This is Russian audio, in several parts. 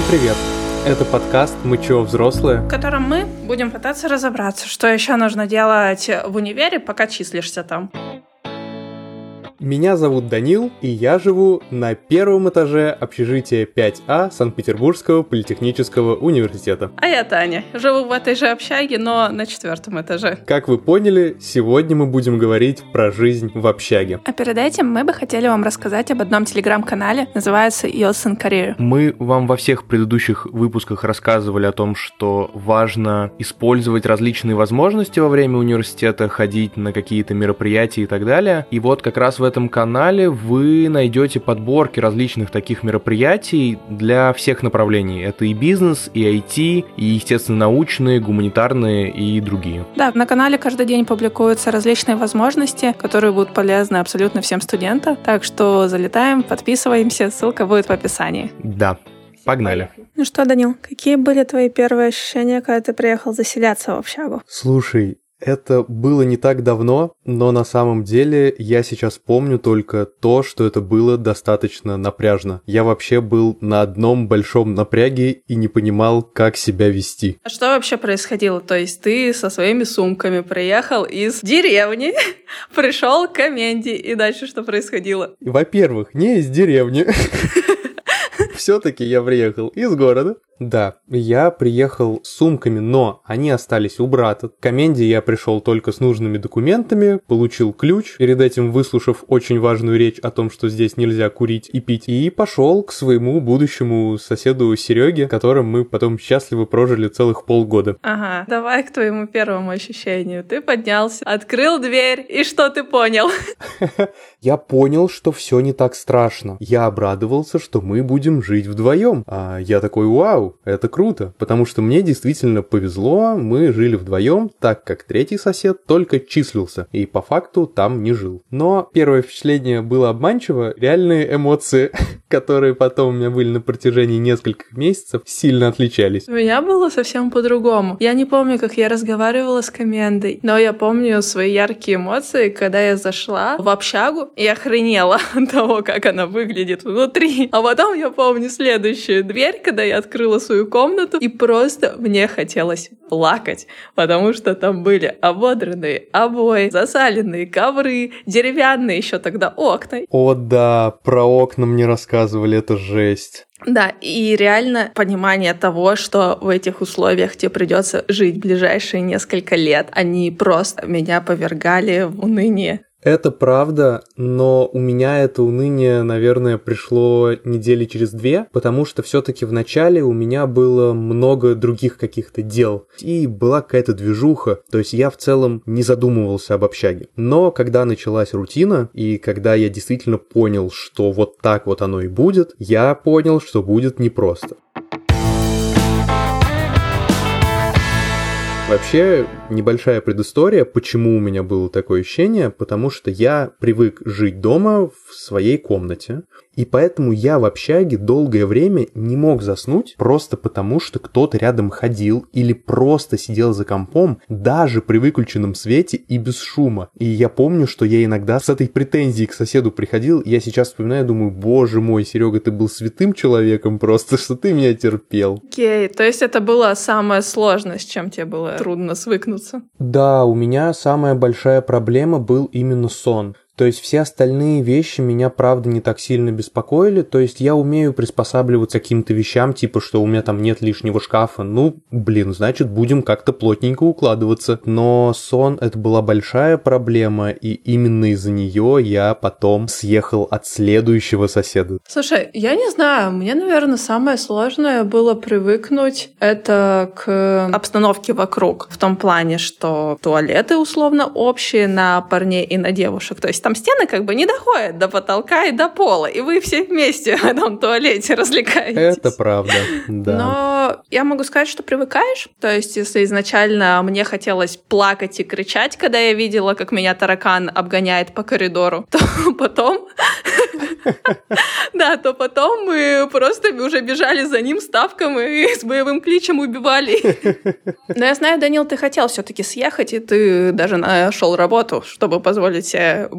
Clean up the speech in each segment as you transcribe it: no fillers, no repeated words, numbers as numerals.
привет! Это подкаст «Мы чё, взрослые?», в котором мы будем пытаться разобраться, что еще нужно делать в универе, пока числишься там. Меня зовут Данил, и я живу на первом этаже общежития 5А Санкт-Петербургского политехнического университета. А я Таня. Живу в этой же общаге, но на 4-м этаже. Как вы поняли, сегодня мы будем говорить про жизнь в общаге. А перед этим мы бы хотели вам рассказать об одном телеграм-канале, называется Yeltsin Career. Мы вам во всех предыдущих выпусках рассказывали о том, что важно использовать различные возможности во время университета, ходить на какие-то мероприятия и так далее. И вот как раз в этом канале вы найдете подборки различных таких мероприятий для всех направлений. Это и бизнес, и IT, и, естественно, научные, гуманитарные и другие. Да, на канале каждый день публикуются различные возможности, которые будут полезны абсолютно всем студентам. Так что залетаем, подписываемся, ссылка будет в описании. Да, погнали. Ну что, Данил, какие были твои первые ощущения, когда ты приехал заселяться в общагу? Слушай, это было не так давно, но на самом деле я сейчас помню только то, что это было достаточно напряжно. Я вообще был на одном большом напряге и не понимал, как себя вести. А что вообще происходило? То есть ты со своими сумками приехал из деревни, пришел к коменде, и дальше что происходило? Во-первых, не из деревни. Все-таки я приехал из города. Да, я приехал с сумками, но они остались у брата. К коменде я пришел только с нужными документами, получил ключ, перед этим выслушав очень важную речь о том, что здесь нельзя курить и пить, и пошел к своему будущему соседу Сереге, которым мы потом счастливо прожили целых полгода. Ага, давай к твоему первому ощущению. Ты поднялся, открыл дверь, и что ты понял? Я понял, что все не так страшно. Я обрадовался, что мы будем жить вдвоем. А я такой, вау, это круто, потому что мне действительно повезло, мы жили вдвоем, так как третий сосед только числился и по факту там не жил. Но первое впечатление было обманчиво, реальные эмоции, которые потом у меня были на протяжении нескольких месяцев, сильно отличались. У меня было совсем по-другому. Я не помню, как я разговаривала с комендой, но я помню свои яркие эмоции, когда я зашла в общагу и охренела от того, как она выглядит внутри. А потом я помню следующую дверь, когда я открыла свою комнату, и просто мне хотелось плакать, потому что там были ободранные обои, засаленные ковры, деревянные еще тогда окна. О да, про окна мне рассказывали, это жесть. Да, и реально понимание того, что в этих условиях тебе придется жить ближайшие несколько лет, они просто меня повергали в уныние. Это правда, но у меня это уныние, наверное, пришло недели через 2, потому что все-таки в начале у меня было много других каких-то дел, и была какая-то движуха, то есть я в целом не задумывался об общаге. Но когда началась рутина, и когда я действительно понял, что вот так вот оно и будет, я понял, что будет непросто. Вообще, небольшая предыстория, почему у меня было такое ощущение, потому что я привык жить дома в своей комнате, и поэтому я в общаге долгое время не мог заснуть просто потому, что кто-то рядом ходил или просто сидел за компом, даже при выключенном свете и без шума. И я помню, что я иногда с этой претензией к соседу приходил, и я сейчас вспоминаю, думаю, боже мой, Серега, ты был святым человеком просто, что ты меня терпел. Окей, то есть это было самое сложное, с чем тебе было трудно свыкнуться? Да, у меня самая большая проблема был именно сон. То есть все остальные вещи меня, правда, не так сильно беспокоили. То есть я умею приспосабливаться к каким-то вещам, типа, что у меня там нет лишнего шкафа. Ну, значит, будем как-то плотненько укладываться. Но сон — это была большая проблема, и именно из-за нее я потом съехал от следующего соседа. Слушай, я не знаю, мне, наверное, самое сложное было привыкнуть это к обстановке вокруг. В том плане, что туалеты условно общие на парней и на девушек. То есть там стены как бы не доходят до потолка и до пола, и вы все вместе в этом туалете развлекаетесь. Это правда, да. Но я могу сказать, что привыкаешь. То есть если изначально мне хотелось плакать и кричать, когда я видела, как меня таракан обгоняет по коридору, то потом Да, то потом мы просто уже бежали за ним с тапком и с боевым кличем убивали. Но я знаю, Данил, ты хотел все-таки съехать, и ты даже нашел работу, чтобы позволить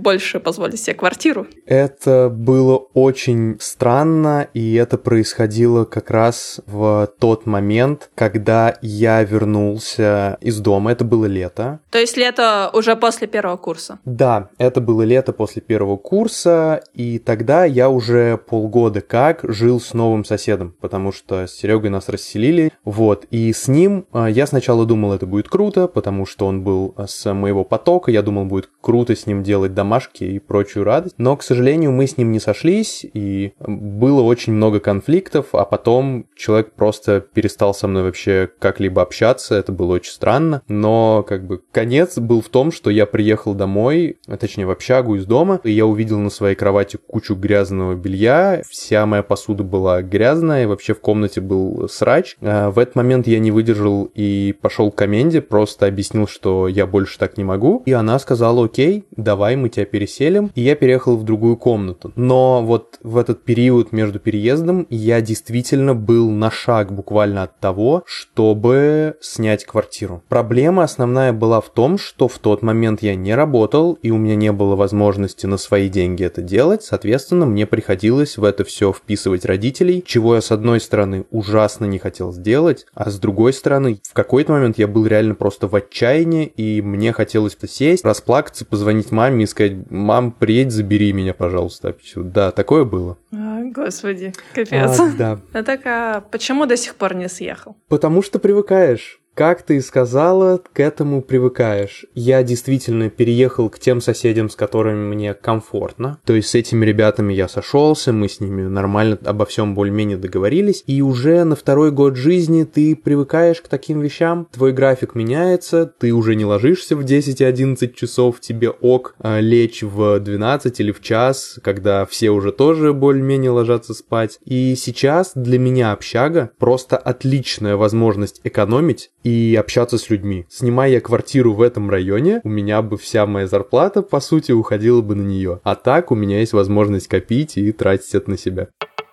себе квартиру. Это было очень странно, и это происходило как раз в тот момент, когда я вернулся из дома. Это было лето. То есть лето уже после первого курса? Да, это было лето после первого курса, и тогда я уже полгода как жил с новым соседом, потому что с Серегой нас расселили, вот, и с ним я сначала думал, это будет круто, потому что он был с моего потока, я думал, будет круто с ним делать домашки и прочую радость, но, к сожалению, мы с ним не сошлись, и было очень много конфликтов, а потом человек просто перестал со мной вообще как-либо общаться, это было очень странно, но, конец был в том, что я приехал домой, точнее, в общагу из дома, и я увидел на своей кровати кучу грязного белья, вся моя посуда была грязная, и вообще в комнате был срач. В этот момент я не выдержал и пошел к коменде, просто объяснил, что я больше так не могу, и она сказала: окей, давай мы тебя переселим, и я переехал в другую комнату. Но вот в этот период между переездом я действительно был на шаг буквально от того, чтобы снять квартиру. Проблема основная была в том, что в тот момент я не работал, и у меня не было возможности на свои деньги это делать, соответственно, мне приходилось в это все вписывать родителей, чего я, с одной стороны, ужасно не хотел сделать, а с другой стороны, в какой-то момент я был реально просто в отчаянии, и мне хотелось сесть, расплакаться, позвонить маме и сказать: мам, приедь, забери меня, пожалуйста. Да, такое было. Господи, капец. Да. А так, почему до сих пор не съехал? Потому что привыкаешь. Как ты и сказала, к этому привыкаешь. Я действительно переехал к тем соседям, с которыми мне комфортно. То есть с этими ребятами я сошелся, мы с ними нормально обо всем более-менее договорились. И уже на второй год жизни ты привыкаешь к таким вещам. Твой график меняется, ты уже не ложишься в 10 и 11 часов, тебе лечь в 12 или в час, когда все уже тоже более-менее ложатся спать. И сейчас для меня общага просто отличная возможность экономить и общаться с людьми. Снимая я квартиру в этом районе, у меня бы вся моя зарплата, по сути, уходила бы на нее. А так у меня есть возможность копить и тратить это на себя.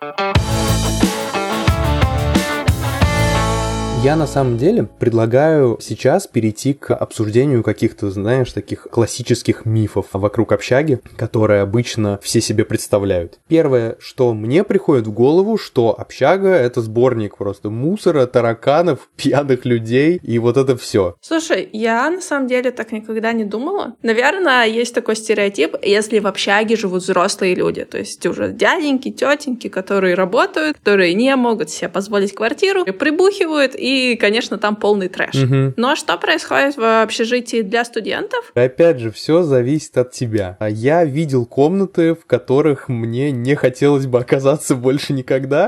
Я на самом деле предлагаю сейчас перейти к обсуждению каких-то, таких классических мифов вокруг общаги, которые обычно все себе представляют. Первое, что мне приходит в голову, что общага — это сборник просто мусора, тараканов, пьяных людей и вот это все. Слушай, я на самом деле так никогда не думала. Наверное, есть такой стереотип, если в общаге живут взрослые люди, то есть уже дяденьки, тетеньки, которые работают, которые не могут себе позволить квартиру, прибухивают, и, конечно, там полный трэш. Угу. Ну а что происходит в общежитии для студентов? Опять же, все зависит от тебя. Я видел комнаты, в которых мне не хотелось бы оказаться больше никогда.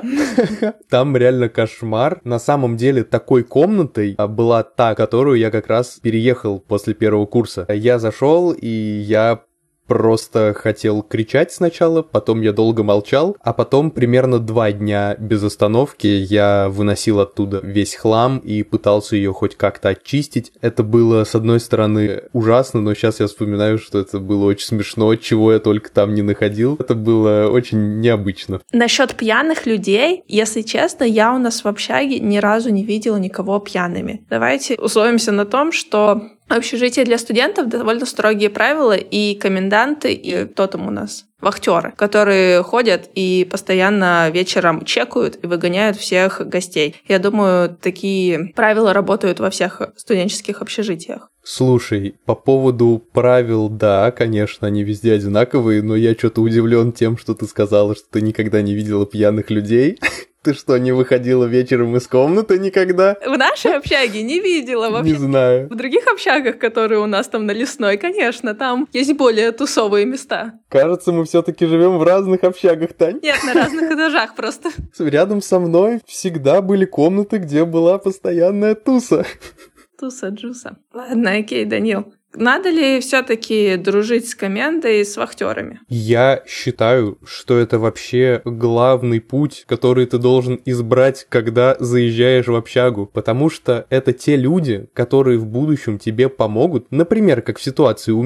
Там реально кошмар. На самом деле, такой комнатой была та, которую я как раз переехал после первого курса. Я зашел, и я просто хотел кричать сначала, потом я долго молчал, а потом примерно 2 дня без остановки я выносил оттуда весь хлам и пытался ее хоть как-то очистить. Это было, с одной стороны, ужасно, но сейчас я вспоминаю, что это было очень смешно, чего я только там не находил. Это было очень необычно. Насчет пьяных людей, если честно, я у нас в общаге ни разу не видела никого пьяными. Давайте условимся на том, что общежитие для студентов довольно строгие правила, и коменданты, и кто там у нас? Вахтеры, которые ходят и постоянно вечером чекают и выгоняют всех гостей. Я думаю, такие правила работают во всех студенческих общежитиях. Слушай, по поводу правил, да, конечно, они везде одинаковые, но я что-то удивлен тем, что ты сказала, что ты никогда не видела пьяных людей. Ты что, не выходила вечером из комнаты никогда? В нашей общаге не видела вообще. Не знаю. В других общагах, которые у нас там на Лесной, конечно, там есть более тусовые места. Кажется, мы все-таки живем в разных общагах, Тань. Нет, на разных этажах просто. Рядом со мной всегда были комнаты, где была постоянная туса. Туса-джуса. Ладно, окей, Данил. Надо ли все-таки дружить с комендой и с вахтерами? Я считаю, что это вообще главный путь, который ты должен избрать, когда заезжаешь в общагу, потому что это те люди, которые в будущем тебе помогут, например, как в ситуации у меня.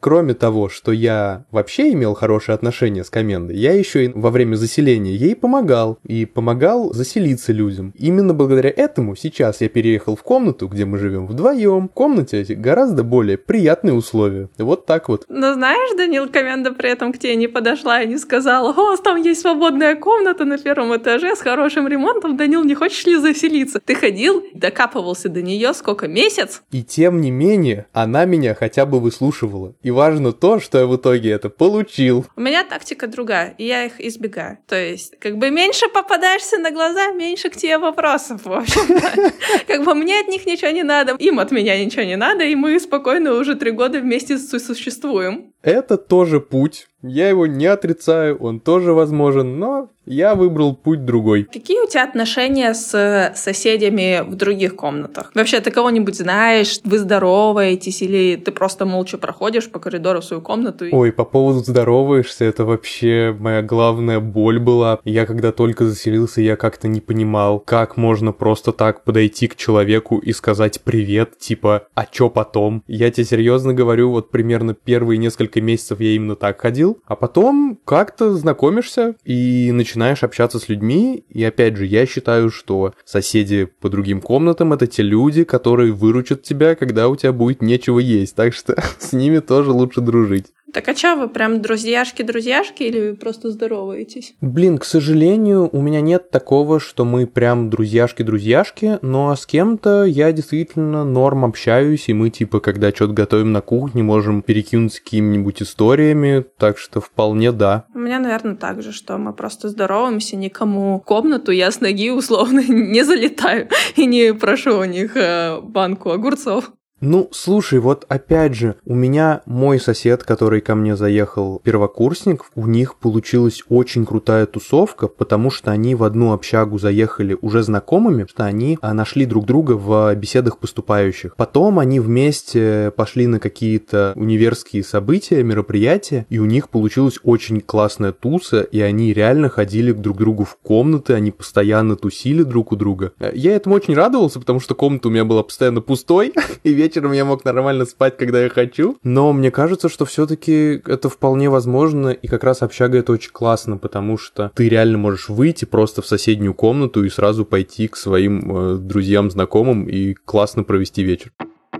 кроме того, что я вообще имел хорошие отношения с Комендой, я еще и во время заселения ей помогал. И помогал заселиться людям. Именно благодаря этому сейчас я переехал в комнату, где мы живем вдвоем. В комнате гораздо более приятные условия. Вот так вот. Но знаешь, Данил, Коменда при этом к тебе не подошла и не сказала: «О, там есть свободная комната на первом этаже с хорошим ремонтом, Данил, не хочешь ли заселиться?» Ты ходил, докапывался до нее сколько, месяц? И тем не менее, она меня хотя бы выслушивала. И важно то, что я в итоге это получил. У меня тактика другая, и я их избегаю. То есть, как бы меньше попадаешься на глаза, меньше к тебе вопросов, в общем-то. Как бы мне от них ничего не надо, им от меня ничего не надо, и мы спокойно уже 3 года вместе сосуществуем. Это тоже путь. Я его не отрицаю, он тоже возможен, но я выбрал путь другой. Какие у тебя отношения с соседями в других комнатах? Вообще, ты кого-нибудь знаешь, вы здороваетесь, или ты просто молча проходишь по коридору в свою комнату? Ой, по поводу здороваешься, это вообще моя главная боль была. Я когда только заселился, я как-то не понимал, как можно просто так подойти к человеку и сказать привет, типа, а чё потом? Я тебе серьезно говорю, вот примерно первые несколько месяцев я именно так ходил, а потом как-то знакомишься и начинаешь общаться с людьми, и опять же, я считаю, что соседи по другим комнатам — это те люди, которые выручат тебя, когда у тебя будет нечего есть, так что с ними тоже лучше дружить. Так а чё, вы прям друзьяшки-друзьяшки или вы просто здороваетесь? Блин, к сожалению, у меня нет такого, что мы прям друзьяшки-друзьяшки, но с кем-то я действительно норм общаюсь, и мы типа, когда что-то готовим на кухне, можем перекинуться какими-нибудь историями, так что вполне да. У меня, наверное, так же, что мы просто здороваемся, никому в комнату я с ноги условно не залетаю и не прошу у них банку огурцов. Ну, слушай, вот опять же, у меня мой сосед, который ко мне заехал, первокурсник, у них получилась очень крутая тусовка, потому что они в одну общагу заехали уже знакомыми, что они нашли друг друга в беседах поступающих. Потом они вместе пошли на какие-то универские события, мероприятия, и у них получилась очень классная туса, и они реально ходили друг к другу в комнаты, они постоянно тусили друг у друга. Я этому очень радовался, потому что комната у меня была постоянно пустой, и вечером я мог нормально спать, когда я хочу. Но мне кажется, что все-таки это вполне возможно, и как раз общага это очень классно, потому что ты реально можешь выйти просто в соседнюю комнату и сразу пойти к своим друзьям, знакомым и классно провести вечер.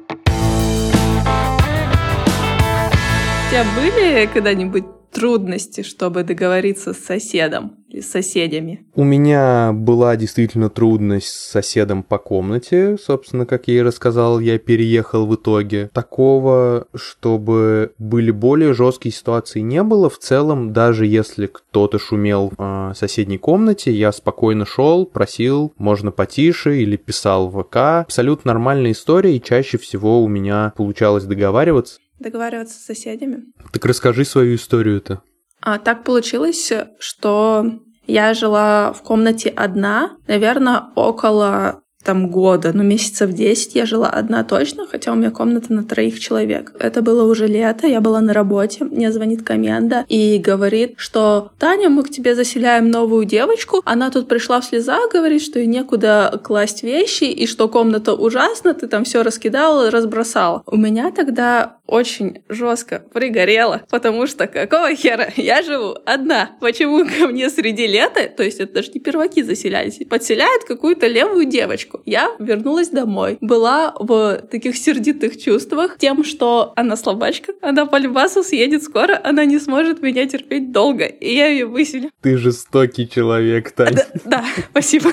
У тебя были когда-нибудь трудности, чтобы договориться с соседом или с соседями? У меня была действительно трудность с соседом по комнате, собственно, как я и рассказал, я переехал в итоге. Такого, чтобы были более жесткие ситуации, не было. В целом, даже если кто-то шумел в соседней комнате, я спокойно шел, просил, можно потише, или писал в ВК. Абсолютно нормальная история, и чаще всего у меня получалось договариваться. Договариваться с соседями? Так расскажи свою историю-то. Так получилось, что я жила в комнате одна, наверное, около года, месяцев 10 я жила одна точно, хотя у меня комната на 3 человек. Это было уже лето, я была на работе, мне звонит Коменда и говорит, что «Таня, мы к тебе заселяем новую девочку, она тут пришла в слезах, говорит, что ей некуда класть вещи, и что комната ужасна, ты там все раскидала, разбросала». У меня тогда очень жестко пригорело, потому что какого хера я живу одна? Почему ко мне среди лета, то есть это даже не перваки заселялись, подселяют какую-то левую девочку? Я вернулась домой, была в таких сердитых чувствах тем, что она слабачка, она по любасу съедет скоро, она не сможет меня терпеть долго, и я ее выселю. Ты жестокий человек, Таня. Да, спасибо.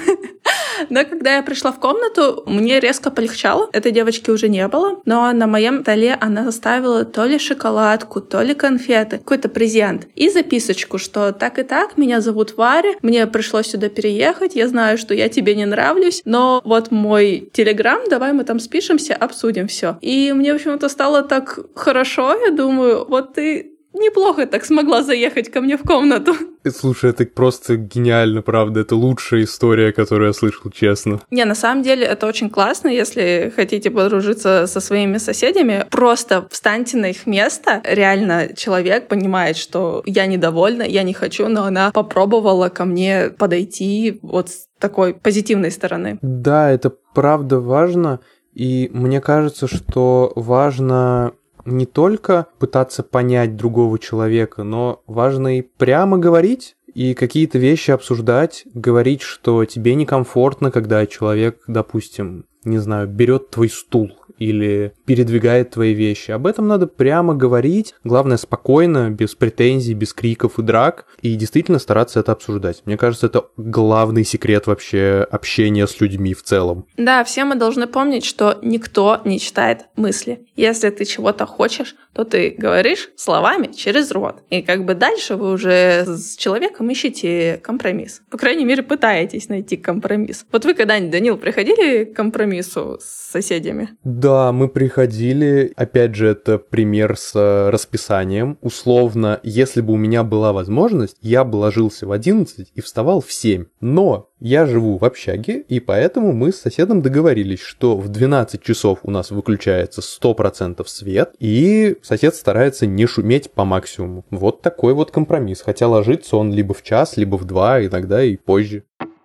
Но когда я пришла в комнату, мне резко полегчало. Этой девочки уже не было, но на моем столе она оставила то ли шоколадку, то ли конфеты, какой-то презент. И записочку, что так и так, меня зовут Варя, мне пришлось сюда переехать, я знаю, что я тебе не нравлюсь, но вот мой телеграм, давай мы там спишемся, обсудим все. И мне, в общем-то, стало так хорошо, я думаю, вот ты неплохо так смогла заехать ко мне в комнату. Слушай, это просто гениально, правда. Это лучшая история, которую я слышал, честно. Не, на самом деле это очень классно, если хотите подружиться со своими соседями. Просто встаньте на их место. Реально человек понимает, что я недовольна, я не хочу, но она попробовала ко мне подойти вот с такой позитивной стороны. Да, это правда важно. И мне кажется, что важно не только пытаться понять другого человека, но важно и прямо говорить, и какие-то вещи обсуждать, говорить, что тебе некомфортно, когда человек, допустим, не знаю, берет твой стул или передвигает твои вещи. Об этом надо прямо говорить, главное спокойно, без претензий, без криков и драк, и действительно стараться это обсуждать. Мне кажется, это главный секрет вообще общения с людьми в целом. Да, все мы должны помнить, что никто не читает мысли. Если ты чего-то хочешь, то ты говоришь словами через рот. И как бы дальше вы уже с человеком ищете компромисс. По крайней мере, пытаетесь найти компромисс. Вот вы когда-нибудь, Данил, приходили к компромиссу с соседями? Да, мы приходили. Опять же, это пример с расписанием. Условно, если бы у меня была возможность, я бы ложился в 11 и вставал в 7. Но я живу в общаге, и поэтому мы с соседом договорились, что в 12 часов у нас выключается 100% свет, и сосед старается не шуметь по максимуму. Вот такой вот компромисс. Хотя ложится он либо в час, либо в 2, иногда и позже.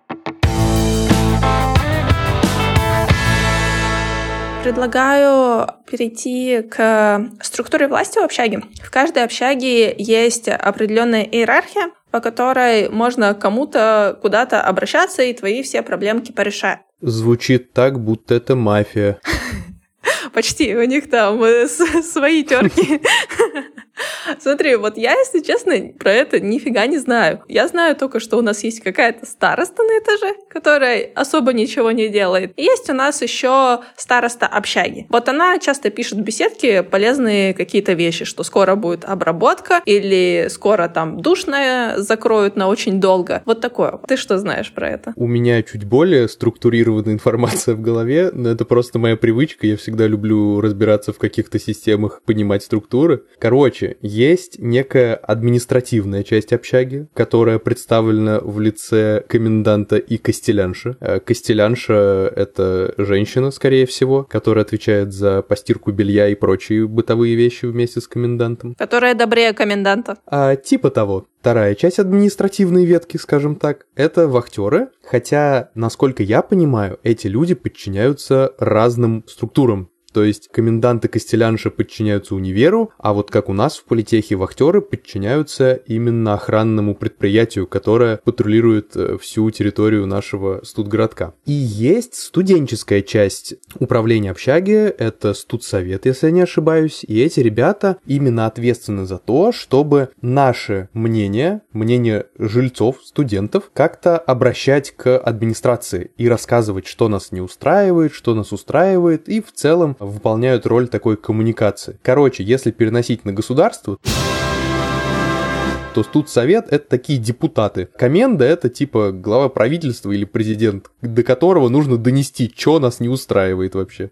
Предлагаю перейти к структуре власти в общаге. В каждой общаге есть определенная иерархия, по которой можно кому-то куда-то обращаться и твои все проблемки порешать. Звучит так, будто это мафия. Почти, у них там свои терки. Смотри, вот я, если честно, про это нифига не знаю. Я знаю только, что у нас есть какая-то староста на этаже, которая особо ничего не делает. И есть у нас еще староста общаги. Вот она часто пишет в беседке полезные какие-то вещи, что скоро будет обработка или скоро там душное закроют на очень долго. Вот такое. Ты что знаешь про это? У меня чуть более структурированная информация в голове, но это просто моя привычка. Я всегда люблю разбираться в каких-то системах, понимать структуры. Короче, есть некая административная часть общаги, которая представлена в лице коменданта и костелянши. Костелянша — это женщина, скорее всего, которая отвечает за постирку белья и прочие бытовые вещи вместе с комендантом. Которая добрее коменданта. Типа того. Вторая часть административной ветки, скажем так, это вахтеры, хотя, насколько я понимаю, эти люди подчиняются разным структурам. То есть комендант и костелянша подчиняются универу, а вот как у нас в политехе вахтеры подчиняются именно охранному предприятию, которое патрулирует всю территорию нашего студгородка. И есть студенческая часть управления общаги, это студсовет, если я не ошибаюсь, и эти ребята именно ответственны за то, чтобы наше мнение жильцов, студентов, как-то обращать к администрации и рассказывать, что нас не устраивает, что нас устраивает, и в целом выполняют роль такой коммуникации. Короче, если переносить на государство, то студсовет — это такие депутаты. Коменда — это типа глава правительства или президент, до которого нужно донести, что нас не устраивает вообще.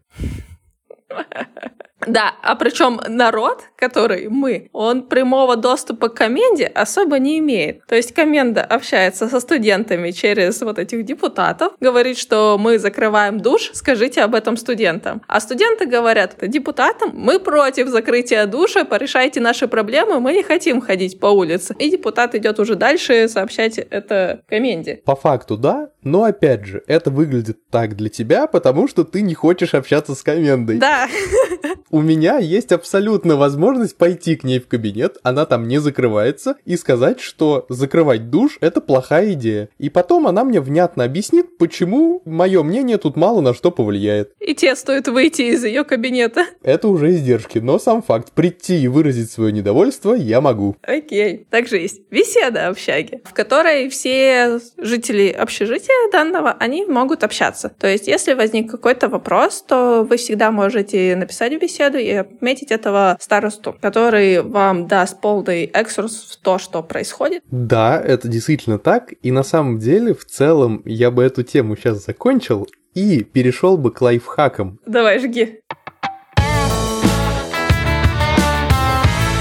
Да, а причем народ, который мы, он прямого доступа к коменде особо не имеет. То есть коменда общается со студентами через вот этих депутатов, говорит, что мы закрываем душ, скажите об этом студентам. А студенты говорят депутатам: мы против закрытия душа, порешайте наши проблемы, мы не хотим ходить по улице. И депутат идет уже дальше сообщать это коменде. По факту, да, но опять же, это выглядит так для тебя, потому что ты не хочешь общаться с комендой. Да. У меня есть абсолютно возможность пойти к ней в кабинет, она там не закрывается, и сказать, что закрывать душ — это плохая идея. И потом она мне внятно объяснит, почему мое мнение тут мало на что повлияет. И тебе стоит выйти из ее кабинета. Это уже издержки, но сам факт прийти и выразить свое недовольство я могу. Окей. Также есть беседа общаги, в которой все жители общежития данного, они могут общаться. То есть, если возник какой-то вопрос, то вы всегда можете написать в беседу и отметить этого старосту, который вам даст полный экскурс в то, что происходит. Да, это действительно так, и на самом деле, в целом, я бы эту тему сейчас закончил и перешел бы к лайфхакам. Давай, жги.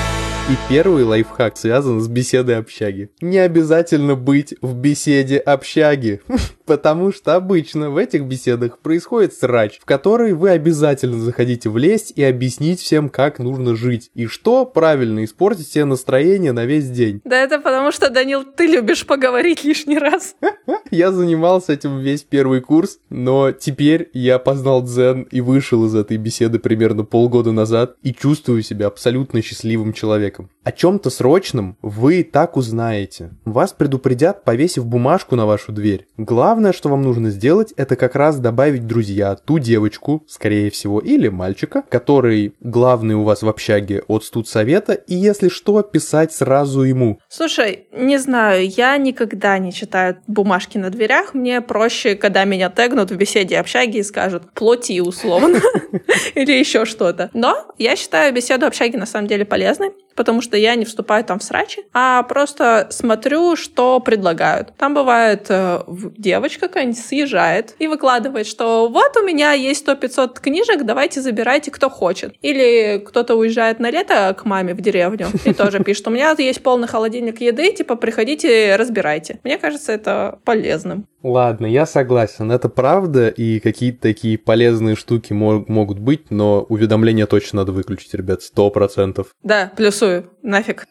И первый лайфхак связан с беседой общаги. Не обязательно быть в беседе общаги, потому что обычно в этих беседах происходит срач, в который вы обязательно захотите влезть и объяснить всем, как нужно жить, и что правильно испортить себе настроение на весь день. Да это потому что, Данил, ты любишь поговорить лишний раз. Я занимался этим весь первый курс, но теперь я познал дзен и вышел из этой беседы примерно полгода назад и чувствую себя абсолютно счастливым человеком. О чем-то срочном вы так узнаете. Вас предупредят, повесив бумажку на вашу дверь. Главное, что вам нужно сделать, это как раз добавить в друзья ту девочку, скорее всего, или мальчика, который главный у вас в общаге от студсовета, и если что, писать сразу ему. Слушай, не знаю, я никогда не читаю бумажки на дверях. Мне проще, когда меня тегнут в беседе общаги и скажут «плоти» условно или еще что-то. Но я считаю беседу общаги на самом деле полезной, потому что я не вступаю там в срачи, а просто смотрю, что предлагают. Там бывает девочка какая-нибудь съезжает и выкладывает, что вот у меня есть 100-500 книжек, давайте забирайте, кто хочет. Или кто-то уезжает на лето к маме в деревню и тоже пишет, у меня есть полный холодильник еды, типа приходите, разбирайте. Мне кажется, это полезным. Ладно, я согласен, это правда, и какие-то такие полезные штуки могут быть, но уведомления точно надо выключить, ребят, 100%. Да, плюсую, нафиг.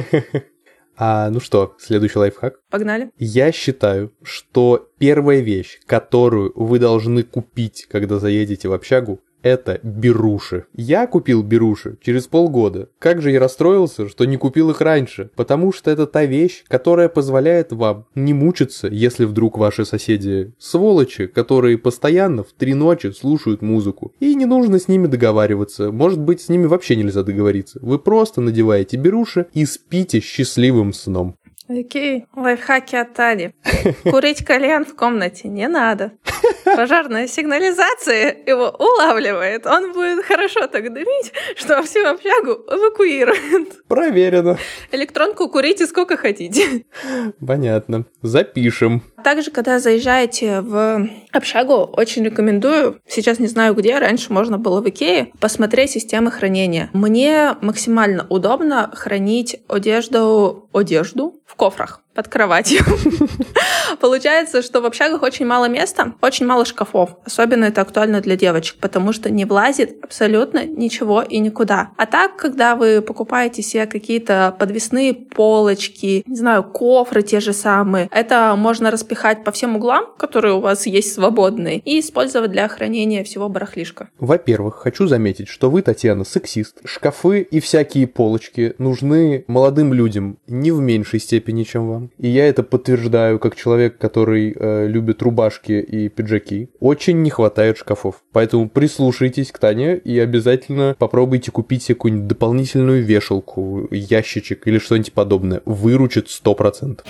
Ну что, следующий лайфхак? Погнали. Я считаю, что первая вещь, которую вы должны купить, когда заедете в общагу, это беруши. Я купил беруши через полгода. Как же я расстроился, что не купил их раньше. Потому что это та вещь, которая позволяет вам не мучиться, если вдруг ваши соседи сволочи, которые постоянно в 3 ночи слушают музыку. И не нужно с ними договариваться. Может быть, с ними вообще нельзя договориться. Вы просто надеваете беруши и спите счастливым сном. Окей, лайфхаки от Тани. Курить кальян в комнате не надо. Пожарная сигнализация его улавливает. Он будет хорошо так дымить, что всю общагу эвакуирует. Проверено. Электронку курите сколько хотите. Понятно. Запишем. Также, когда заезжаете в общагу, очень рекомендую, сейчас не знаю где, раньше можно было в Икее, посмотреть системы хранения. Мне максимально удобно хранить одежду в кофрах под кроватью. Получается, что в общагах очень мало места, очень мало шкафов. Особенно это актуально для девочек, потому что не влазит абсолютно ничего и никуда. А так, когда вы покупаете себе какие-то подвесные полочки, не знаю, кофры те же самые, это можно распихать по всем углам, которые у вас есть свободные, и использовать для хранения всего барахлишка. Во-первых, хочу заметить, что вы, Татьяна, сексист. Шкафы и всякие полочки нужны молодым людям не в меньшей степени, чем вам. И я это подтверждаю как человек, который любит рубашки и пиджаки. Очень не хватает шкафов. Поэтому прислушайтесь к Тане и обязательно попробуйте купить себе какую-нибудь дополнительную вешалку, ящичек или что-нибудь подобное. Выручит 100%.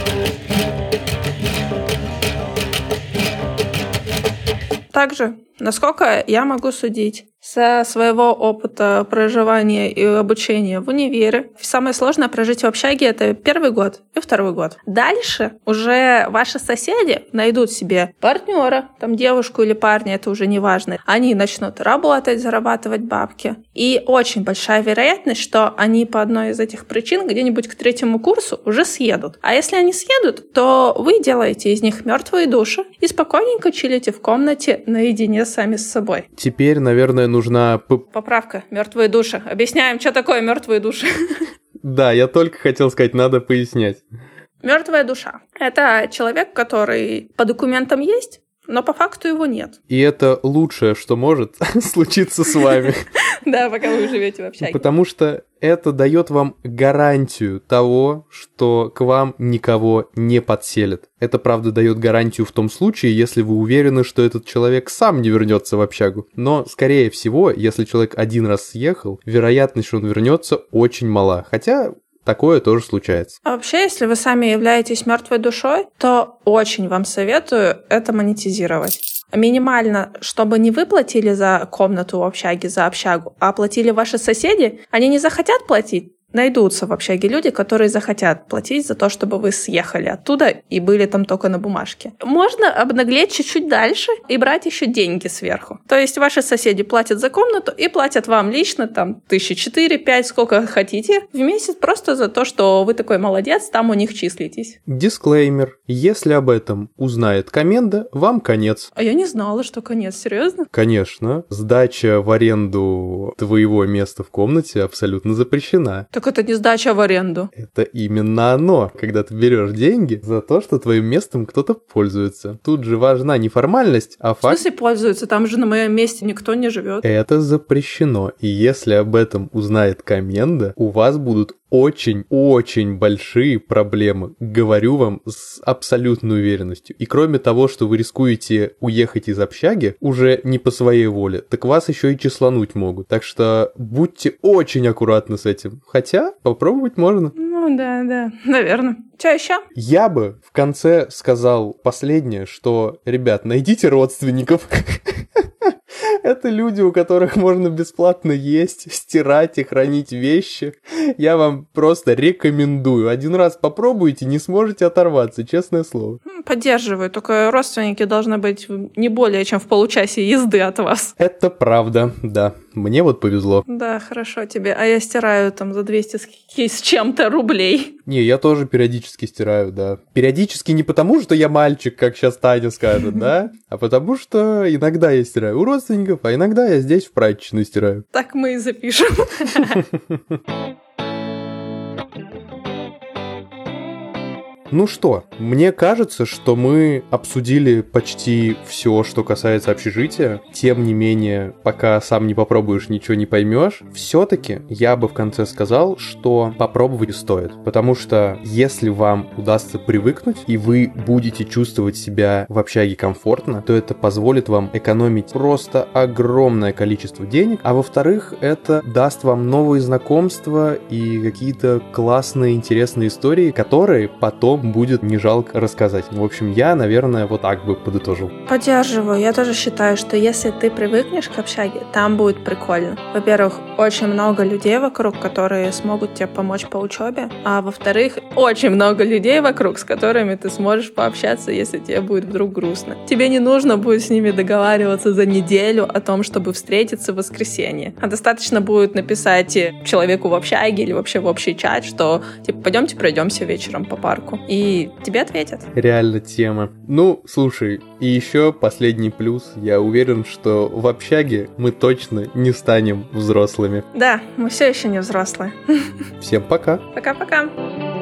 Также, насколько я могу судить, со своего опыта проживания и обучения в универе, самое сложное прожить в общаге — это 1-й год и 2-й год. Дальше уже ваши соседи найдут себе партнера, там девушку или парня, это уже не важно. Они начнут работать, зарабатывать бабки. И очень большая вероятность, что они по одной из этих причин где-нибудь к 3-му курсу уже съедут. А если они съедут, то вы делаете из них мертвые души и спокойненько чилите в комнате наедине сами с собой. Теперь, наверное, нужна... Поправка. Мертвые души. Объясняем, что такое мертвые души. Да, я только хотел сказать, надо пояснять. Мертвая душа — это человек, который по документам есть, но по факту его нет. И это лучшее, что может случиться с вами. Да, пока вы живете в общаге. Потому что это дает вам гарантию того, что к вам никого не подселят. Это, правда, дает гарантию в том случае, если вы уверены, что этот человек сам не вернется в общагу. Но, скорее всего, если человек один раз съехал, вероятность, что он вернется, очень мала. Хотя такое тоже случается. А вообще, если вы сами являетесь мертвой душой, то очень вам советую это монетизировать. Минимально, чтобы не вы платили за комнату в общаге, за общагу, а платили ваши соседи, они не захотят платить. найдутся в общаге люди, которые захотят платить за то, чтобы вы съехали оттуда и были там только на бумажке. Можно обнаглеть чуть-чуть дальше и брать еще деньги сверху. То есть ваши соседи платят за комнату и платят вам лично там 4,000-5,000, сколько хотите в месяц, просто за то, что вы такой молодец, там у них числитесь. Дисклеймер. Если об этом узнает коменда, вам конец. А я не знала, что конец. Серьезно? Конечно. Сдача в аренду твоего места в комнате абсолютно запрещена. Так это не сдача в аренду. Это именно оно, когда ты берешь деньги за то, что твоим местом кто-то пользуется. Тут же важна не формальность, а В факт. смысле пользуются? Там же на моем месте никто не живет. Это запрещено. И если об этом узнает коменда, у вас будут очень-очень большие проблемы. Говорю вам с абсолютной уверенностью. И кроме того, что вы рискуете уехать из общаги уже не по своей воле, так вас еще и числануть могут. Так что будьте очень аккуратны с этим. Хотя попробовать можно. Ну да, наверное. Что еще? Я бы в конце сказал последнее, что, ребят, найдите родственников. Это люди, у которых можно бесплатно есть, стирать и хранить вещи. Я вам просто рекомендую. Один раз попробуйте, не сможете оторваться, честное слово. Поддерживаю, только родственники должны быть не более чем в получасе езды от вас. Это правда, да. Мне вот повезло. Да, хорошо тебе. А я стираю там за 200 с чем-то рублей. Не, я тоже периодически стираю, да. Периодически не потому, что я мальчик, как сейчас Таня скажет, да, а потому что иногда я стираю у родственников, а иногда я здесь в прачечной стираю. Так мы и запишем. Ну что, мне кажется, что мы обсудили почти все, что касается общежития. Тем не менее, пока сам не попробуешь, ничего не поймешь. Все-таки я бы в конце сказал, что попробовать стоит. Потому что если вам удастся привыкнуть, и вы будете чувствовать себя в общаге комфортно, то это позволит вам экономить просто огромное количество денег. А во-вторых, это даст вам новые знакомства и какие-то классные, интересные истории, которые потом будет не жалко рассказать. В общем, я, наверное, вот так бы подытожил. Поддерживаю. Я тоже считаю, что если ты привыкнешь к общаге, там будет прикольно. Во-первых, очень много людей вокруг, которые смогут тебе помочь по учебе. А во-вторых, очень много людей вокруг, с которыми ты сможешь пообщаться, если тебе будет вдруг грустно. Тебе не нужно будет с ними договариваться за неделю о том, чтобы встретиться в воскресенье. А достаточно будет написать человеку в общаге или вообще в общий чат, что типа пойдемте пройдемся вечером по парку. И тебе ответят. Реально тема. Ну, слушай, и еще последний плюс. Я уверен, что в общаге мы точно не станем взрослыми. Да, мы все еще не взрослые. Всем пока. Пока-пока.